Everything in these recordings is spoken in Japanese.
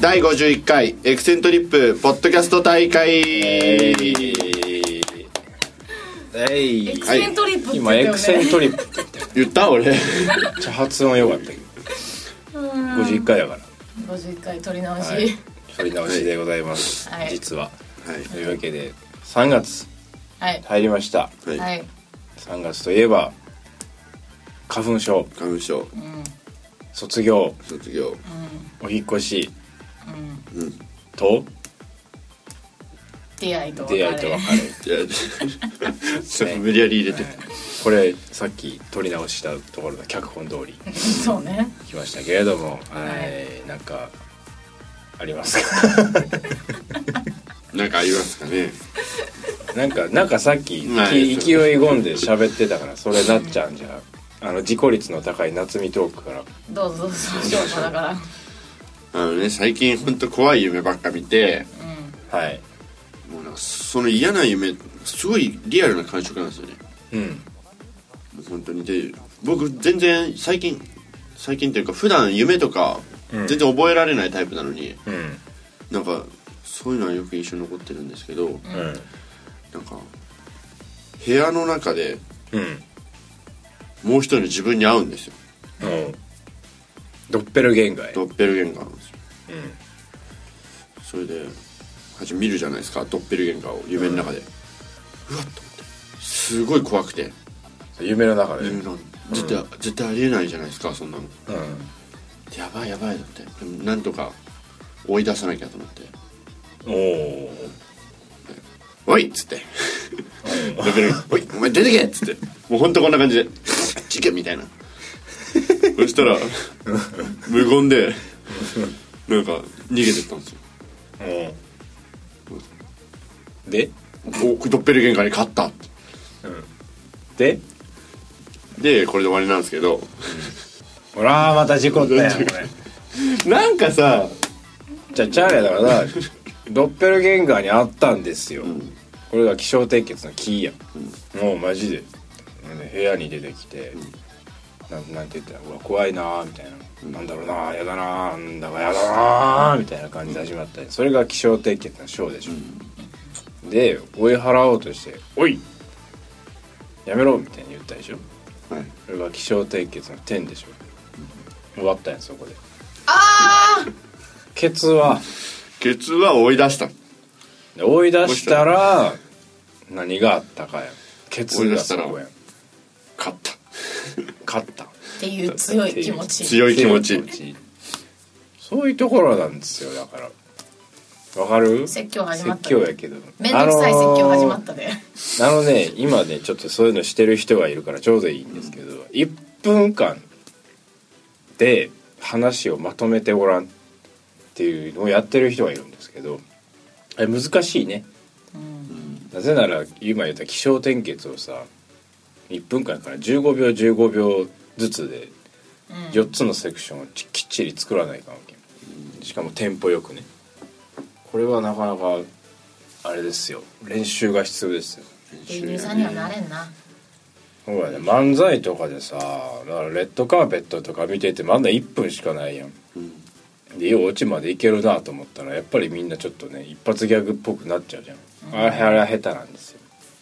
第51回エクセントリップポッドキャスト大会、 エクセントリップって言ったよね。 今エクセントリップって言った俺めっちゃ発音良かったけど51回だから 51回取り直し、 はい、取り直しでございます、 はい、 実は、 はい、 というわけで3月入りました、 はいはい、 3月といえば花粉症、 うん、 卒業、 うん、 お引っ越し、 うん、 と出会いと別れ、いや無理やり入れて、 これさっき撮り直したところの脚本通りそうね来ましたけれども、なんかありますかなんかありますかね。 なんかさっき、勢い込んで喋ってたからそれなっちゃうんじゃ自己率の高い夏美トークからどうぞショートだから最近ほんと怖い夢ばっか見て、 うん、 はい、 もうなんかその嫌な夢すごいリアルな感触なんですよね。本当に。で僕全然最近っていうか普段夢とか全然覚えられないタイプなのに、なんかそういうのはよく印象に残ってるんですけど、なんか部屋の中でもう一人の自分に会うんですよ。 ドッペルゲンガーなんですよ。それで初め見るじゃないですか、ドッペルゲンガーを夢の中で、うわっと思ってすごい怖くて、 夢の中で絶対ありえないじゃないですか、そんなの、やばいだって。でもなんとか追い出さなきゃと思って、おいっつっておいお前出てけっつって、もうほんとこんな感じで事件みたいなそしたら無言でなんか逃げてったんですよ。 でドッペルゲンガーに勝ったって、でこれで終わりなんですけど、 ほらまた事故ったやんこれなんかさじゃあだからドッペルゲンガーに会ったんですよ、これが起承転結のキーやん、もうマジで部屋に出てきて、なんて言ったら、うわ怖いなーみたいな、なんだろうなー、やだなー、なんだかやだなーみたいな感じで始まったり、それが起承転結の章でしょ、で追い払おうとしておいやめろみたいに言ったでしょ、それが起承転結の点でしょ、終わったんやそこで。ケツは追い出した。 追い出したら何があったかやん。ケツがそこやん。 勝ったっていう強い気持ちそういうところなんですよ。だからわかる？ 説教始まった、 説教やけどめんどくさい説教始まったで、 今ねちょっとそういうのしてる人がいるからちょうどいいんですけど、1分間で話をまとめてごらんっていうのをやってる人がいるんですけど、あれ難しいね、なぜなら今言った起承転結をさ1分間から15秒ずつで4つのセクションをきっちり作らないかんわけ、しかもテンポよくね。これはなかなかあれですよ、練習が必要ですよ。 芸人さんにはなれんな。 ほらね、漫才とかでさ、だからレッドカーペットとか見ててまだ1分しかないやん、でようオチまでいけるなと思ったらやっぱりみんなちょっとね一発ギャグっぽくなっちゃうじゃん、あれは下手なんですよ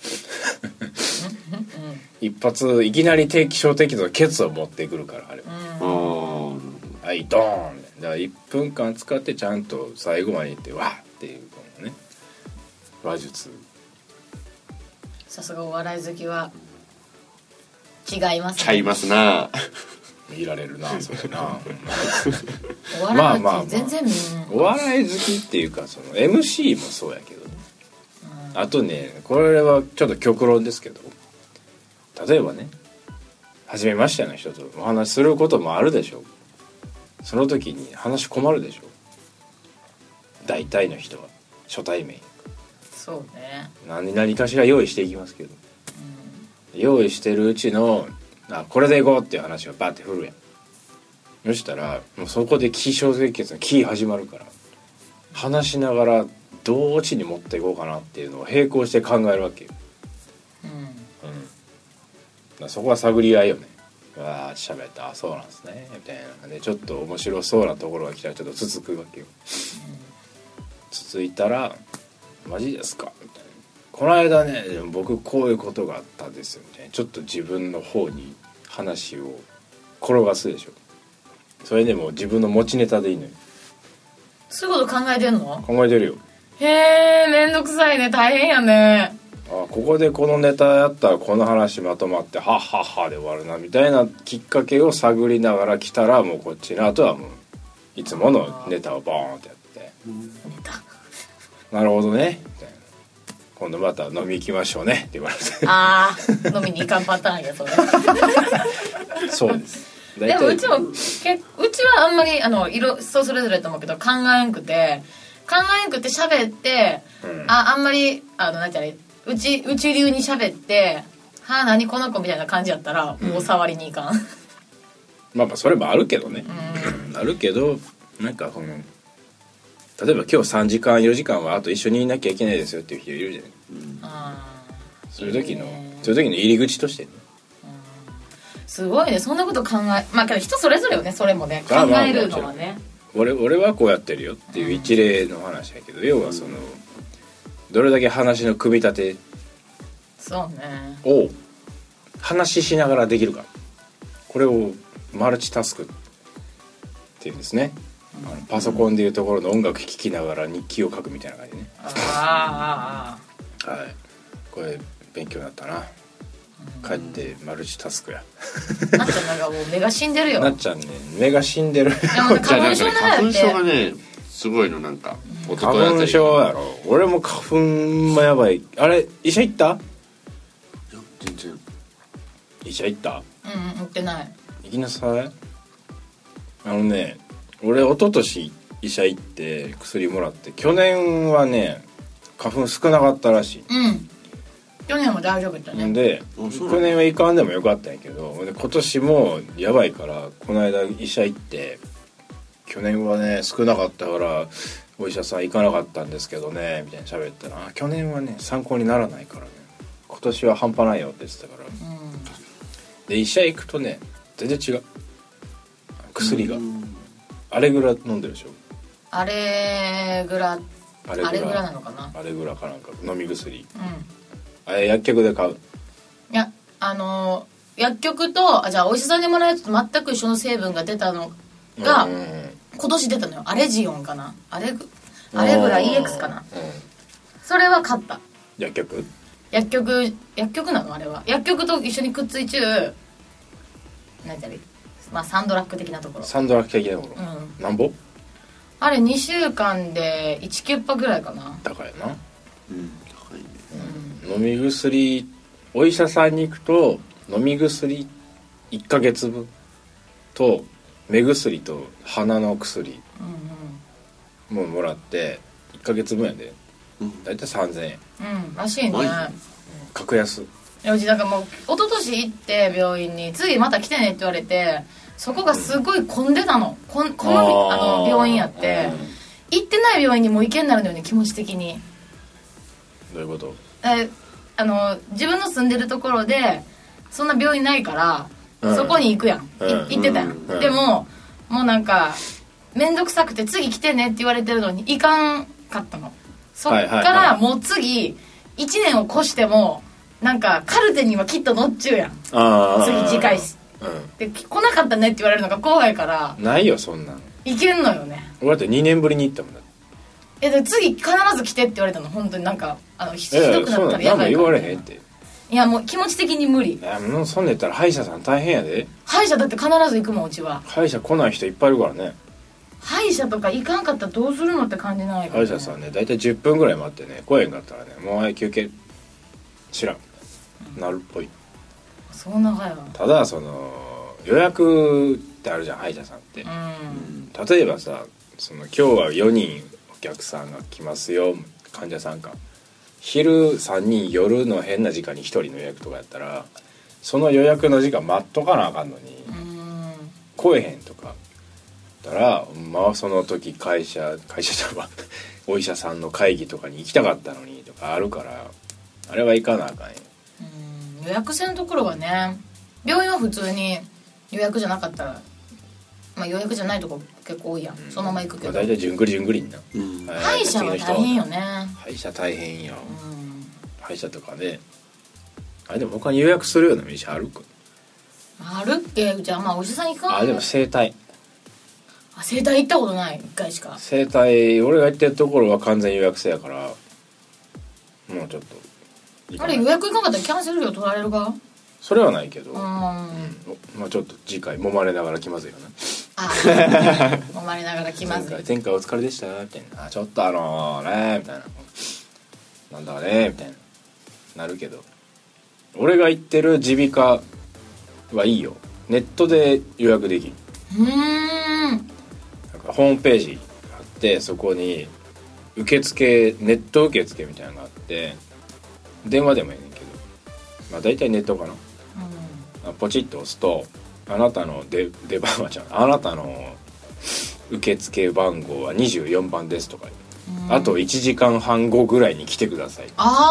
一発いきなり起承転結のケツを持ってくるからあれは、はいドーンだから1分間使ってちゃんと最後までいってわーっていうこのね話術。 さすがお笑い好きは違いますね。 ちゃいますな。 見られるなそれなお笑い好き全然お笑い好きっていうかその MC もそうやけどね、あとねこれはちょっと極論ですけど、例えばね初めましての人とお話しすることもあるでしょう。その時に話困るでしょう、大体の人は初対面。 そうね、 何かしら用意していきますけど、用意してるうちのこれでいこうっていう話をバーって振るやん。そしたらもうそこで起承転結のキー始まるから、話しながらどうオチに持っていこうかなっていうのを並行して考えるわけよ、だからそこは探り合いよね。 わー喋ったあそうなんですねみたいなでちょっと面白そうなところが来たらちょっとつつくわけよ、つついたらマジですかみたいなこの間ねでも僕こういうことがあったんですよみたいなちょっと自分の方に話を転がすでしょ。それでも自分の持ちネタでいいのよ。 そういうこと考えてんの？ 考えてるよ。 へえ、めんどくさいね、大変やね。 あここでこのネタやったらこの話まとまってはっはっはで終わるなみたいなきっかけを探りながら来たらもうこっちの後はもういつものネタをボーンってやってネタなるほどねみたいな今度また飲み行きましょうねって言われてあー飲みに行かんパターンやそれそうですでもうちはあんまり人それぞれと思うけど考えんくて喋って、あんまりなんていうのうち流に喋ってはあ何この子みたいな感じやったらもう触りに行かん、 まあそれもあるけどね、あるけどなんか例えば今日3時間4時間はあと一緒にいなきゃいけないですよっていう人いるじゃない、そういう時の入り口としてね、 すごいねそんなこと考えまあけど人それぞれよねそれもね考えるのはね、 俺はこうやってるよっていう一例の話やけど、要はどれだけ話の組み立てそうねを話しながらできるかこれをマルチタスクっていうんですね、パソコンでいうところの音楽聴きながら日記を書くみたいな感じね。はいこれ勉強になったな。帰ってマルチタスクやなっちゃんなんかもう目が死んでるよなっちゃんね目が死んでるいやもう花粉症なんだって花粉症がねすごいのなんか花粉症やろ。俺も花粉もやばい。あれ医者行った？いや全然。 医者行った？ 行ってない。 行きなさい。俺一昨年医者行って薬もらって去年はね花粉少なかったらしい。 去年も大丈夫だったね。 で去年は行かんでもよかったんやけどで今年もやばいからこの間医者行って去年はね少なかったからお医者さん行かなかったんですけどねみたいに喋ったら去年はね参考にならないからね今年は半端ないよって言ってたから、で医者行くとね全然違う薬がアレグラ飲んでるでしょ。 アレグラなのかな。 アレグラかなんか飲み薬、あれ薬局で買う？ いや薬局とじゃあお医者さんでもらうやつと全く一緒の成分が出たのが、今年出たのよ。アレジオンかなアレグラ EX かな、それは買った。 薬局なのあれは。薬局と一緒にくっついちゅう何て言うまあサンドラッグ的なところ。 サンドラッグ的なところ、なんぼ？あれ2週間で1キュッパぐらいかな。 高いな。 高いね。 飲み薬お医者さんに行くと飲み薬1ヶ月分と目薬と鼻の薬ももらって1ヶ月分やでだいたい3000円。 らしいね。 格安。 うちなんかもう一昨年行って病院に次また来てねって言われてそこがすごい混んでたの。この病院やって行ってない病院にもう行けんなるのよね気持ち的に。 どういうこと？ 自分の住んでるところでそんな病院ないから、そこに行くやん、行ってたやん、でももうなんか面倒くさくて次来てねって言われてるのに行かんかったの。そっからもう次1年を越してもなんかカルテにはきっと乗っちゅうやん次回で来なかったねって言われるのが怖いからないよそんなん行けんのよね。 俺だって2年ぶりに行ったもんだ。 で次必ず来てって言われたの。本当になんかひどくなったらやばいから、 言われへんって。 いやもう気持ち的に無理。 もうそんで言ったら歯医者さん大変やで。 歯医者だって必ず行くもんうちは。 歯医者来ない人いっぱいいるからね。 歯医者とか行かんかったらどうするのって感じないから、 歯医者さんね大体10分ぐらい待ってね来えんかったらねもう休憩知らん、なるっぽい。 そう長いわ。 ただ予約ってあるじゃん歯医者さんって、例えばさ今日は4人お客さんが来ますよ患者さんか昼3人夜の変な時間に1人の予約とかやったらその予約の時間待っとかなあかんのに来えへんとかだらまあその時会社じゃばお医者さんの会議とかに行きたかったのにとかあるからあれは行かなあかんよ。 予約制のところはね病院は普通に予約じゃなかったら、まあ予約じゃないとこ結構多いやん、そのまま行くけど、 大体じゅんぐりじゅんぐりにな、 歯医者は大変よね。 歯医者大変よ、歯医者とかね。あれでも他に予約するような店あるか。 あるっけ。じゃあまあお医者さん行かん。 あでも整体整体行ったことない、1回しか。 整体俺が行ってるところは完全予約制やから、もうちょっとあれ予約行かんかったらキャンセル料取られるか。 それはないけど、 まあちょっと次回揉まれながら来ますよね。 揉まれながら来ます。 前回お疲れでしたみたいな、ちょっとねみたいな、なんだかねみたいななるけど、俺が行ってる耳鼻科はいいよ。ネットで予約できる。なんかホームページあって、そこに受付、ネット受付みたいなのがあって、電話でもいいねんけど、まあ大体ネットかな、ポチッと押すと、あなたの出番はあなたの受付番号は24番ですとか、あと1時間半後ぐらいに来てください。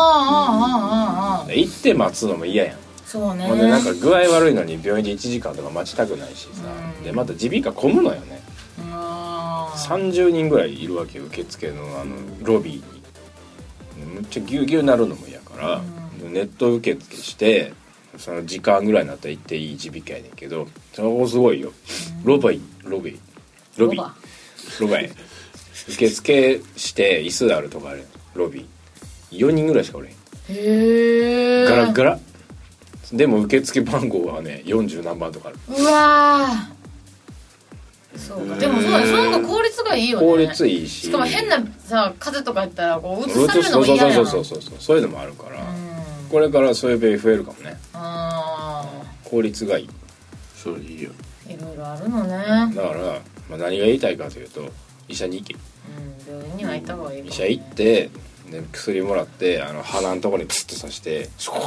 行って待つのも嫌やん。 そうね。 ほんでなんか具合悪いのに病院で1時間とか待ちたくないしさ、でまた耳鼻科混むのよね。30人ぐらいいるわけよ、受付のロビーに。むっちゃギュウギュウなるのも嫌から、ネット受付してその時間ぐらいになったら行っていい耳鼻科やねんけど、そこすごいよ。ロビー受付して椅子あるとかあるロビー4人ぐらいしかおれへん。ガラッガラでも受付番号はね40何番とかある。 うわー、そうか。でもそうだね、その方が効率がいいよね。 効率いいし、 しかも変なさ風邪とかやったらこう移されるのも嫌やな。 そういうのもあるから、これからそういう病院増えるかもね。効率がいい。 そういいよ。 いろいろあるのね。 だから、まあ、何が言いたいかというと、医者に行け。 病院には行った方がいい。 医者行ってで薬もらって、鼻のところにプスッと刺してシュ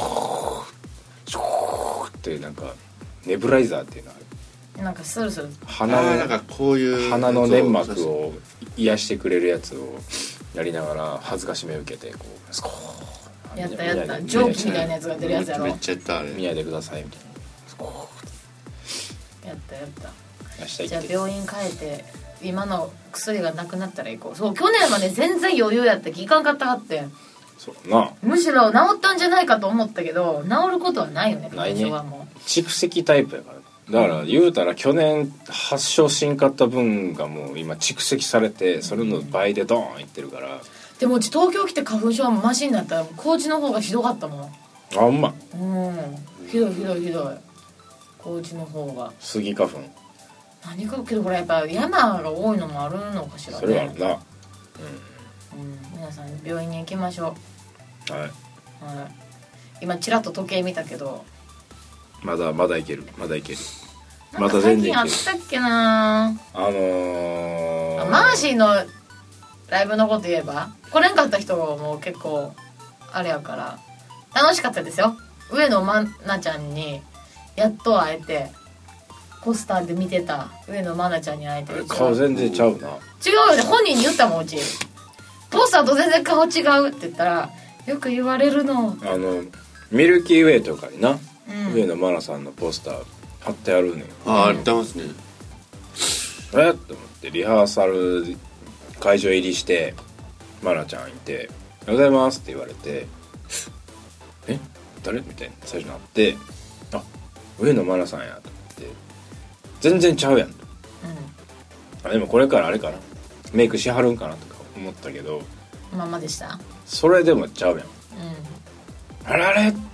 ーってなんかネブライザーっていうのある。 なんかスルスルなんかこういう鼻の粘膜を癒してくれるやつをやりながら恥ずかしめを受けてこうスコーやった蒸気みたいなやつが出るやつやろ。 めっちゃやったあれ。 見ないでくださいみたいなスコーやった明日行って。 じゃあ病院帰って今の薬がなくなったら行こう。そう、去年まで全然余裕やったきいかんかったかって。 そうな、 むしろ治ったんじゃないかと思ったけど治ることはないよね。 ないね。 はもう蓄積タイプやから。だから言うたら去年発症しんかった分がもう今蓄積されて、それの倍でドーンいってるから。 でもうち東京来て花粉症マシになったら高知の方がひどかったもん。 あ、ほんま。 ひどい高知の方が。 スギ花粉何かけどこれやっぱ山が多いのもあるのかしらね。 それはあるな。 皆さん病院に行きましょう。 はい。 今ちらっと時計見たけどまだいける。まだ最近あったっけな。マーシーのライブのこと言えば来れんかった人も結構あれやから楽しかったですよ。上野愛菜ちゃんにやっと会えて、ポスターで見てた上野愛菜ちゃんに会えてる。 顔全然ちゃうな。 違うよね。本人に言ったもん、うちポスターと全然顔違うって言ったらよく言われるの。 ミルキーウェイとかにな、上野愛菜さんのポスター貼ってあるねん。 貼ってますね。 と思ってリハーサル会場入りして愛菜ちゃんいて「おはようございます」って言われて「え誰?」みたいな最初になって「あ上野愛菜さんや」と思って全然ちゃうやんと、でもこれからあれかなメイクしはるんかなとか思ったけどまんまでした。 それでもちゃうやん。あれって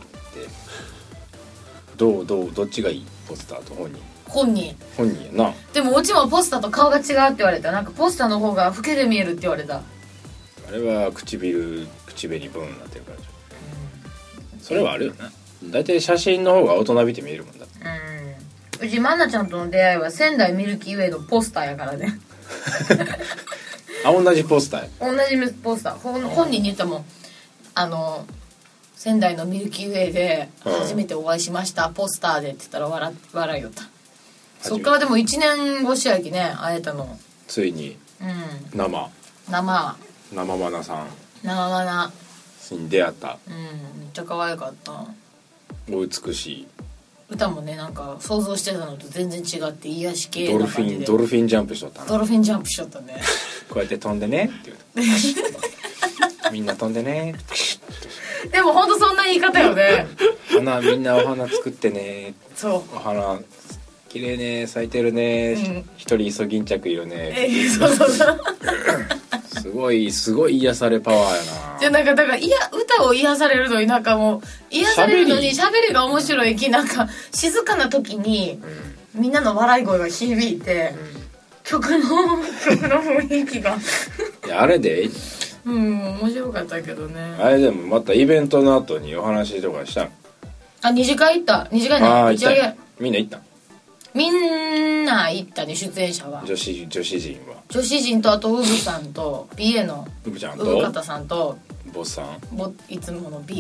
どっちがいい？ポスターと本人やな。 でもうちもポスターと顔が違うって言われた。なんかポスターの方が老けて見えるって言われた。 あれは口紅ブーンになってるからでしょ。それはあるよな。大体写真の方が大人びて見えるもんだって。 うち愛菜ちゃんとの出会いは仙台ミルキーウェイのポスターやからね。 同じポスターや。 同じポスター。本人に言ったもん。仙台のミルキーウェイで初めてお会いしました、ポスターでって言ったら笑いよった。そっからでも1年越しやきね、会えたの。 ついに生マナに出会った。 めっちゃ可愛かった。 お美しい歌もねなんか想像してたのと全然違って癒し系ドルフィンジャンプしとったな。 ドルフィンジャンプしとったねこうやって飛んでねって言うみんな飛んでねでもほんとそんな言い方よねみんなお花作ってね、 そうお花綺麗ね咲いてるね、一人イソギンチャクいるね、そうすごい癒されパワーやな。 じゃなんかだから歌を癒されるのになんかもう癒されるのに喋りが面白いきなんか静かな時に、みんなの笑い声が響いて、曲の雰囲気がいやあれで面白かったけどね。 あれでもまたイベントの後にお話とかしたの？ 二次会行った。二次会ね、打ち上げ。 みんな行った？ みんな行ったね、出演者は。 女子陣は。 女子陣とあとウブさんと PA のウブちゃんとウブ方さんとボスさん、 いつもの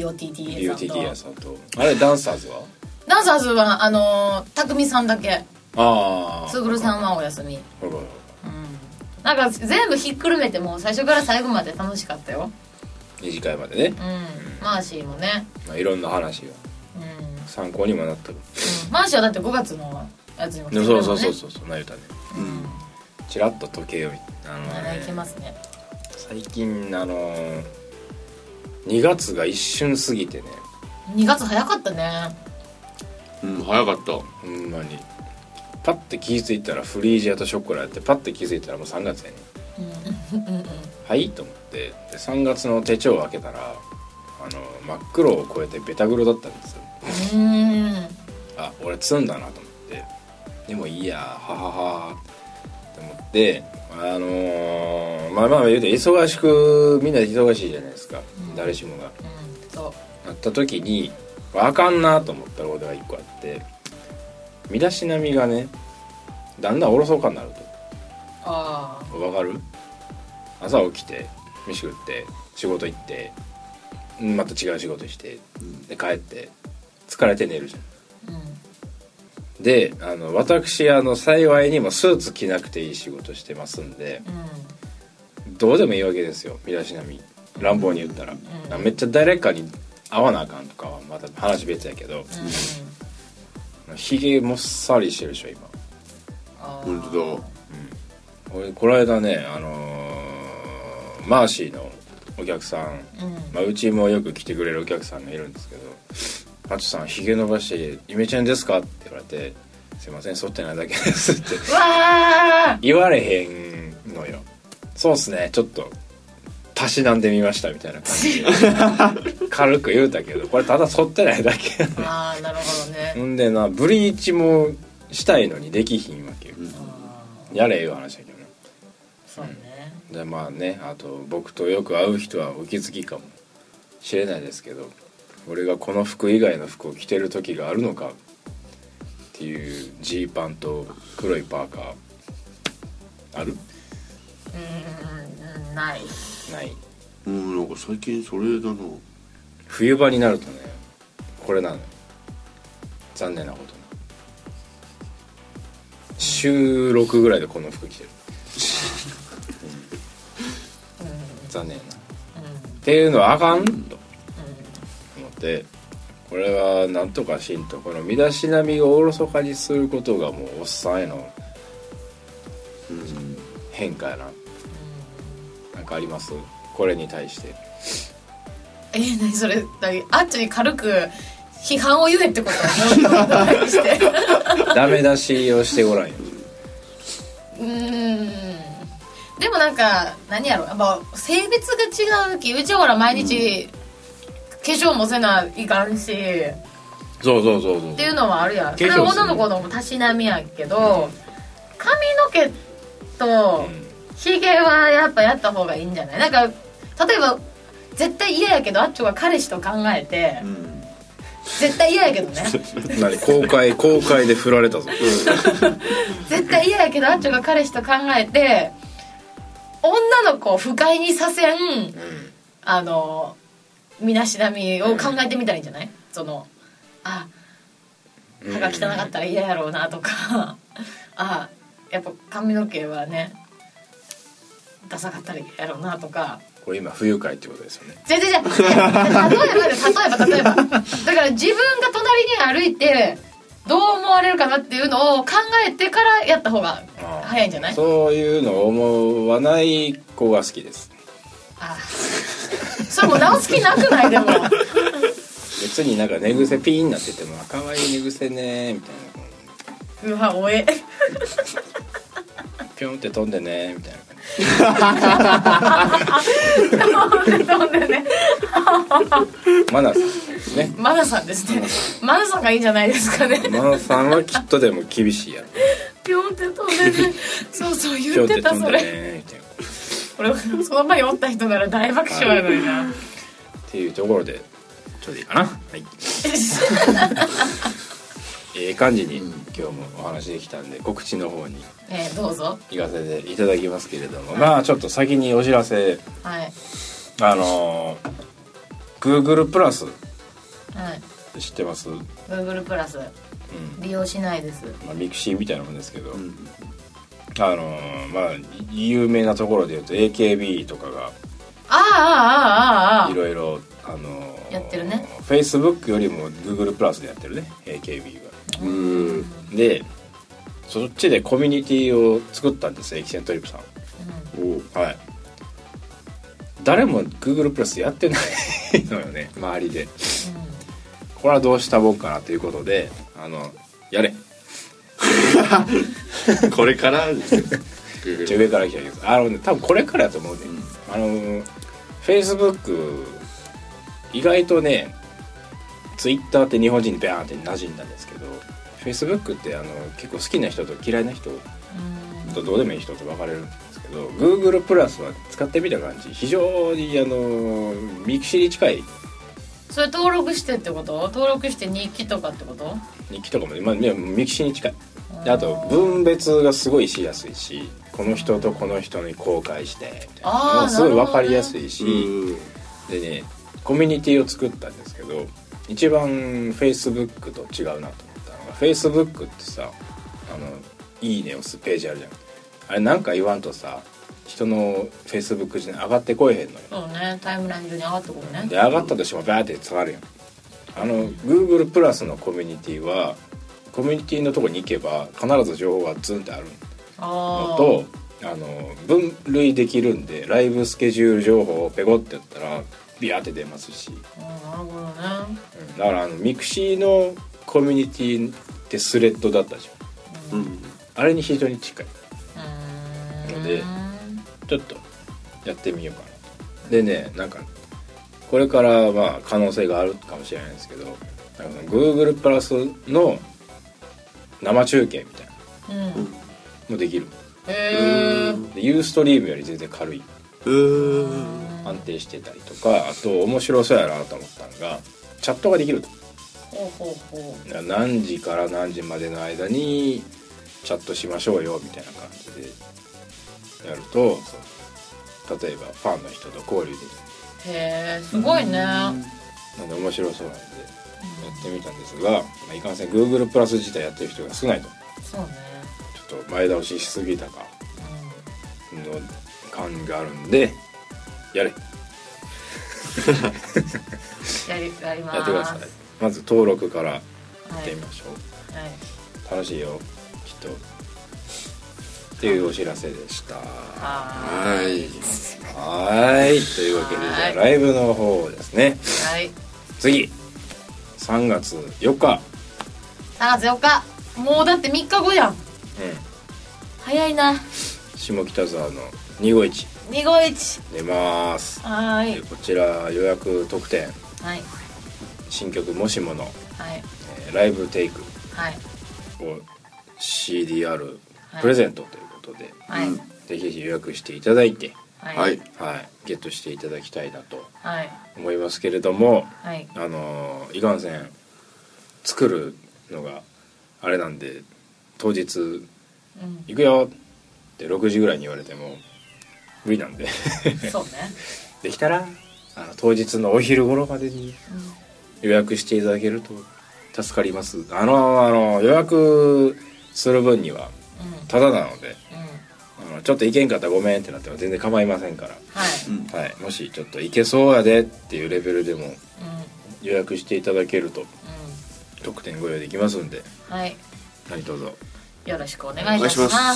BOTTA さんとあれダンサーズは？ ダンサーズは匠さんだけ。 ああ。 つぐるさんはお休み。 なんか全部ひっくるめても最初から最後まで楽しかったよ。 二次会までね。 マーシーもね。 まあいろんな話が参考にもなった。 マーシーはだって5月のやつにも来てくれるもんね。 そうなゆたね。チラッと時計を行きますね。 最近2月が一瞬過ぎてね。 2月早かったね。 早かった。 ほんまに。パッて気づいたらフリージアとショコラやって、パッて気づいたらもう3月やね。はいと思ってで3月の手帳を開けたら真っ黒を超えてベタ黒だったんですよ。あ、俺積んだなと思って、でもいいやはははと思って、まあ言うて忙しくみんなで忙しいじゃないですか、誰しもが。そうなった時にあかんなと思ったら俺が1個あって、身だしなみがねだんだんおろそかになると。わかる？朝起きて飯食って仕事行ってまた違う仕事して、で帰って疲れて寝るじゃん。で私幸いにもスーツ着なくていい仕事してますんで、どうでもいいわけですよ身だしなみ。乱暴に言ったら、めっちゃ誰かに会わなあかんとかはまた話別やけど、ひげもっさりしてるでしょ今。 本当だ。 俺この間ねマーシーのお客さん、うちもよく来てくれるお客さんがいるんですけど、マチさんひげ伸ばしてイメチェンですかって言われて、すいません剃ってないだけですって言われへんのよ。そうっすねちょっとたしなんでみましたみたいな感じで軽く言うたけど、これただ剃ってないだけやね。 なるほどね。 んでブリーチもしたいのにできひんわけよ。やれいう話だけどね。 そうね。 でまあね、あと僕とよく会う人はお気づきかもしれないですけど、俺がこの服以外の服を着てる時があるのかっていうジーパンと黒いパーカーある？ ない。 なんか最近それだな。 冬場になるとねこれなのよ、残念なことに。週6ぐらいでこの服着てる。残念な、っていうのはあかんと思って、これはなんとかしんと、この身だしなみをおろそかにすることがもうおっさんへの変化やな。なんかあります？これに対して。 何それ？あっちに軽く批判を言えってこと？ ダメ出しをしてごらんよ。 でもなんか何やろ、やっぱ性別が違うき、うちはほら毎日化粧もせないかんし、 そうっていうのはあるやん。それは女の子のたしなみやけど、髪の毛とひげはやっぱやった方がいいんじゃない？なんか例えば絶対嫌やけどあっちょが彼氏と考えて、絶対嫌やけどね。 何公開で振られたぞ。 絶対嫌やけどあっちょが彼氏と考えて、女の子を不快にさせん、身だしなみを考えてみたらいいんじゃない？歯が汚かったら嫌やろうなとかやっぱ髪の毛はねダサかったら嫌やろうなとか。 これ今不愉快ってことですよね。 例えばだから自分が隣に歩いてどう思われるかなっていうのを考えてからやった方が早いんじゃない？ そういうのを思わない子が好きです。 あそれも直す気なくない？でも別になんか寝癖ピーンなってても可愛い寝癖ねみたいな、 うわおえピョンって飛んでねみたいな飛んでねマナさんですね。 マナさんですね。マナさんがいいんじゃないですかね。 マナさんはきっとでも厳しいやろ。 ピョンって飛んでねそうそう言ってた。 ピョンって飛んでそれねみたいな俺その場におった人なら大爆笑やのになっていうところでちょうどいいかな。はい感じに今日もお話できたんで告知の方にどうぞ行かせていただきますけれども、まあちょっと先にお知らせ、 はい、 Google プラスはい知ってます？ Google プラス、利用しないです。 まあ、ミクシーみたいなもんですけど、まあ有名なところで言うと AKB とかがいろいろやってるね。 Facebook よりも Google プラスでやってるね AKB が。でそっちでコミュニティを作ったんですよエキセントリップさん、はい。誰も Google プラスやってないのよね周りで、これはどうしたもんかなということでやれこれから上から来たけど多分これからだと思うね、Facebook 意外とねTwitter って日本人にバーンって馴染んだんですけど Facebook って結構好きな人と嫌いな人とどうでもいい人と分かれるんですけど Google プラスは使ってみた感じ非常にミクシーに近い。 それ登録してってこと？登録して日記とかってこと？ 日記とかも、ミクシーに近い。であと分別がすごいしやすいしこの人とこの人に公開してみたいなすごい分かりやすいし、でねコミュニティを作ったんですけど一番 Facebook と違うなと思ったのが Facebook ってさいいね押すページあるじゃん。あれなんか言わんとさ人の Facebook 上に上がってこえへんのよ。 そうねタイムライン上に上がってこうね。 で上がったとしてもバーって下がるやん。Google プラスのコミュニティはコミュニティのとこに行けば必ず情報がズンってあるのと分類できるんでライブスケジュール情報をペコってやったらビャーって出ますし。 なるほどね。 だからミクシーのコミュニティってスレッドだったじゃん、あれに非常に近いのでちょっとやってみようかなと。でねなんかこれからまあ可能性があるかもしれないんですけどGoogle プラスの生中継みたいなもできる。でユーストリームより全然軽い。安定してたりとかあと面白そうやなと思ったのがチャットができると。何時から何時までの間にチャットしましょうよみたいな感じでやると例えばファンの人と交流できる。 へえすごいね。 なんで面白そうなんでやってみたんですが、いかんせん Google プラス自体やってる人が少ないと。 そうねちょっと前倒ししすぎたかの感があるんでやれやります。 やってください。まず登録からやってみましょう、 はい、 楽しいよきっとっていうお知らせでした。はいというわけでじゃあライブの方ですね。 はい次3月4日 3月4日もうだって3日後やん。早いな。 下北沢の251出ます。 はい。 こちら予約特典、 はい、 新曲もしもの、 はいライブテイクを CDR プレゼントということで、 はい、 ぜひ予約していただいて、 はいゲットしていただきたいなとはい思いますけれども、 はい、 いかんせん作るのがあれなんで当日、行くよって6時ぐらいに言われても無理なんでそうねできたら当日のお昼頃までに予約していただけると助かります。予約する分にはタダなので、ちょっと行けんかったらごめんってなっても全然構いませんから、はい、もしちょっと行けそうやでっていうレベルでも予約していただけると特典ご用意できますんで、 はい、 何卒よろしくお願いいたします。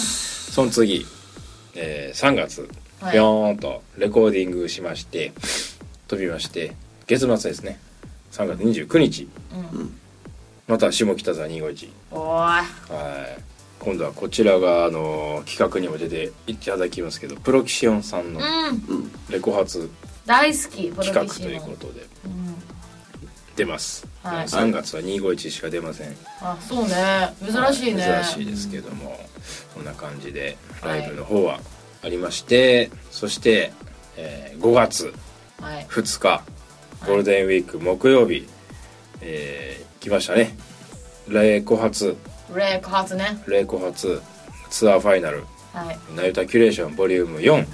その次、3月はいぴょーんとレコーディングしまして飛びまして、月末ですね、3月29日、また下北沢251、 おーい、 はい、今度はこちらが企画にも出ていただきますけど、プロキシオンさんのレコ発大好きプロキシオン企画ということで出ます、 はい、 3月は251しか出ません。 あ、そうね、珍しいね、 珍しいですけども、そんな感じでライブの方はありまして、そして、5月2日、ゴールデンウィーク木曜日、来ましたね、レコ発ね、 レコ発ツアーファイナル、 はい、 ナユタキュレーションボリューム4、や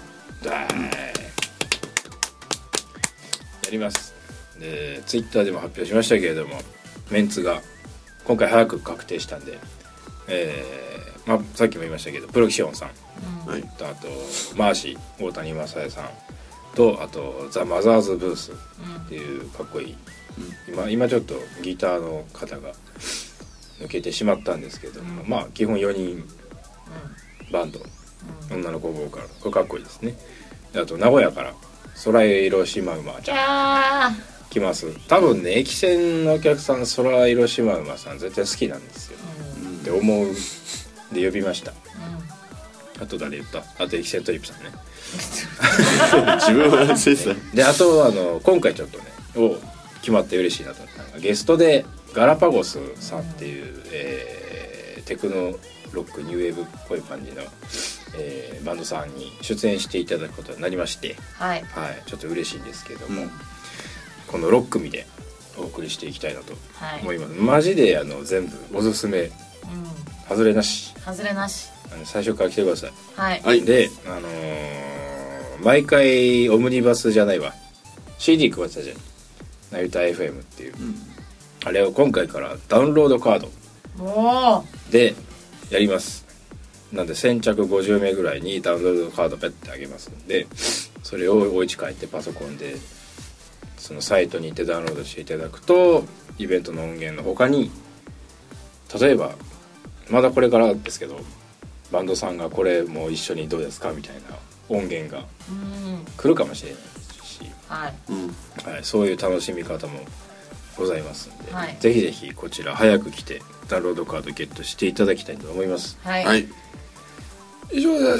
ります。でツイッターでも発表しましたけれども、メンツが今回早く確定したんで、さっきも言いましたけどプロキシオンさん、あとマーシー大谷正也さんと、あとザ・マザーズブースっていうかっこいい、今ちょっとギターの方が抜けてしまったんですけども、まあ基本4人バンド、女の子ボーカル、これかっこいいですね。であと名古屋から空色シマウマちゃん来ます。多分ね、駅線のお客さん空色シマウマさん絶対好きなんですよ、って思うで呼びました、あと誰言った？あと駅線トリップさんね自分は忘れてた。 であと今回ちょっとね決まって嬉しいなと思ったのが、ゲストでガラパゴスさんっていう、テクノロックニューウェーブっぽい感じの、バンドさんに出演していただくことになりまして、はい、ちょっと嬉しいんですけども、この6組でお送りしていきたいなと思います、マジで全部おすすめ、外れなし最初から来てください、はい、で毎回オムニバスじゃないわ CD 配ってたじゃん、ナユタ FM っていう、あれを今回からダウンロードカードでやります。なんで先着50名ぐらいにダウンロードカードペッてあげますんで、それをお家帰ってパソコンでそのサイトに行ってダウンロードしていただくと、イベントの音源の他に、例えばまだこれからですけどバンドさんがこれも一緒にどうですかみたいな音源が来るかもしれないし、そういう楽しみ方もございますんで、ぜひぜひこちら早く来てダウンロードカードゲットしていただきたいと思います。はい、以上です。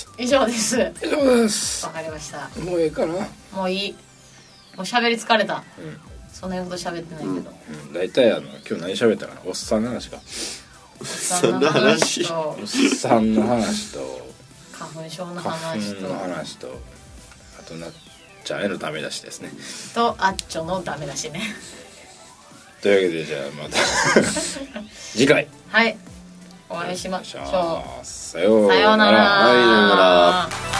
わかりました。もういいかな。もういい。もう喋り疲れた。そんなほど喋ってないけど。だいたい今日何喋ったかな。おっさんの話か。おっさんの話と花粉症の話とあとなっちゃんへのダメ出しですね。とあっちょのダメ出しね。というわけでじゃあまた次回お会いしましょう。さようなら。